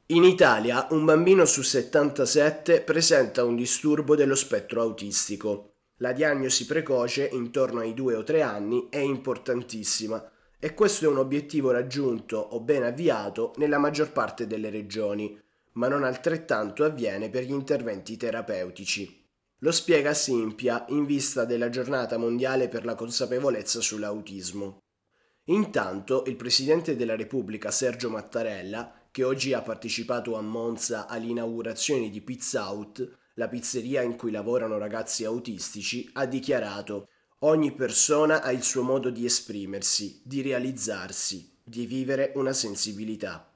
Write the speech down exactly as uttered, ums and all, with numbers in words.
In Italia un bambino su settantasette presenta un disturbo dello spettro autistico. La diagnosi precoce, intorno ai due o tre anni, è importantissima e questo è un obiettivo raggiunto o ben avviato nella maggior parte delle regioni, ma non altrettanto avviene per gli interventi terapeutici. Lo spiega Simpia in vista della Giornata Mondiale per la consapevolezza sull'autismo. Intanto il Presidente della Repubblica Sergio Mattarella, che oggi ha partecipato a Monza all'inaugurazione di Pizza Out, la pizzeria in cui lavorano ragazzi autistici, ha dichiarato: ogni persona ha il suo modo di esprimersi, di realizzarsi, di vivere una sensibilità.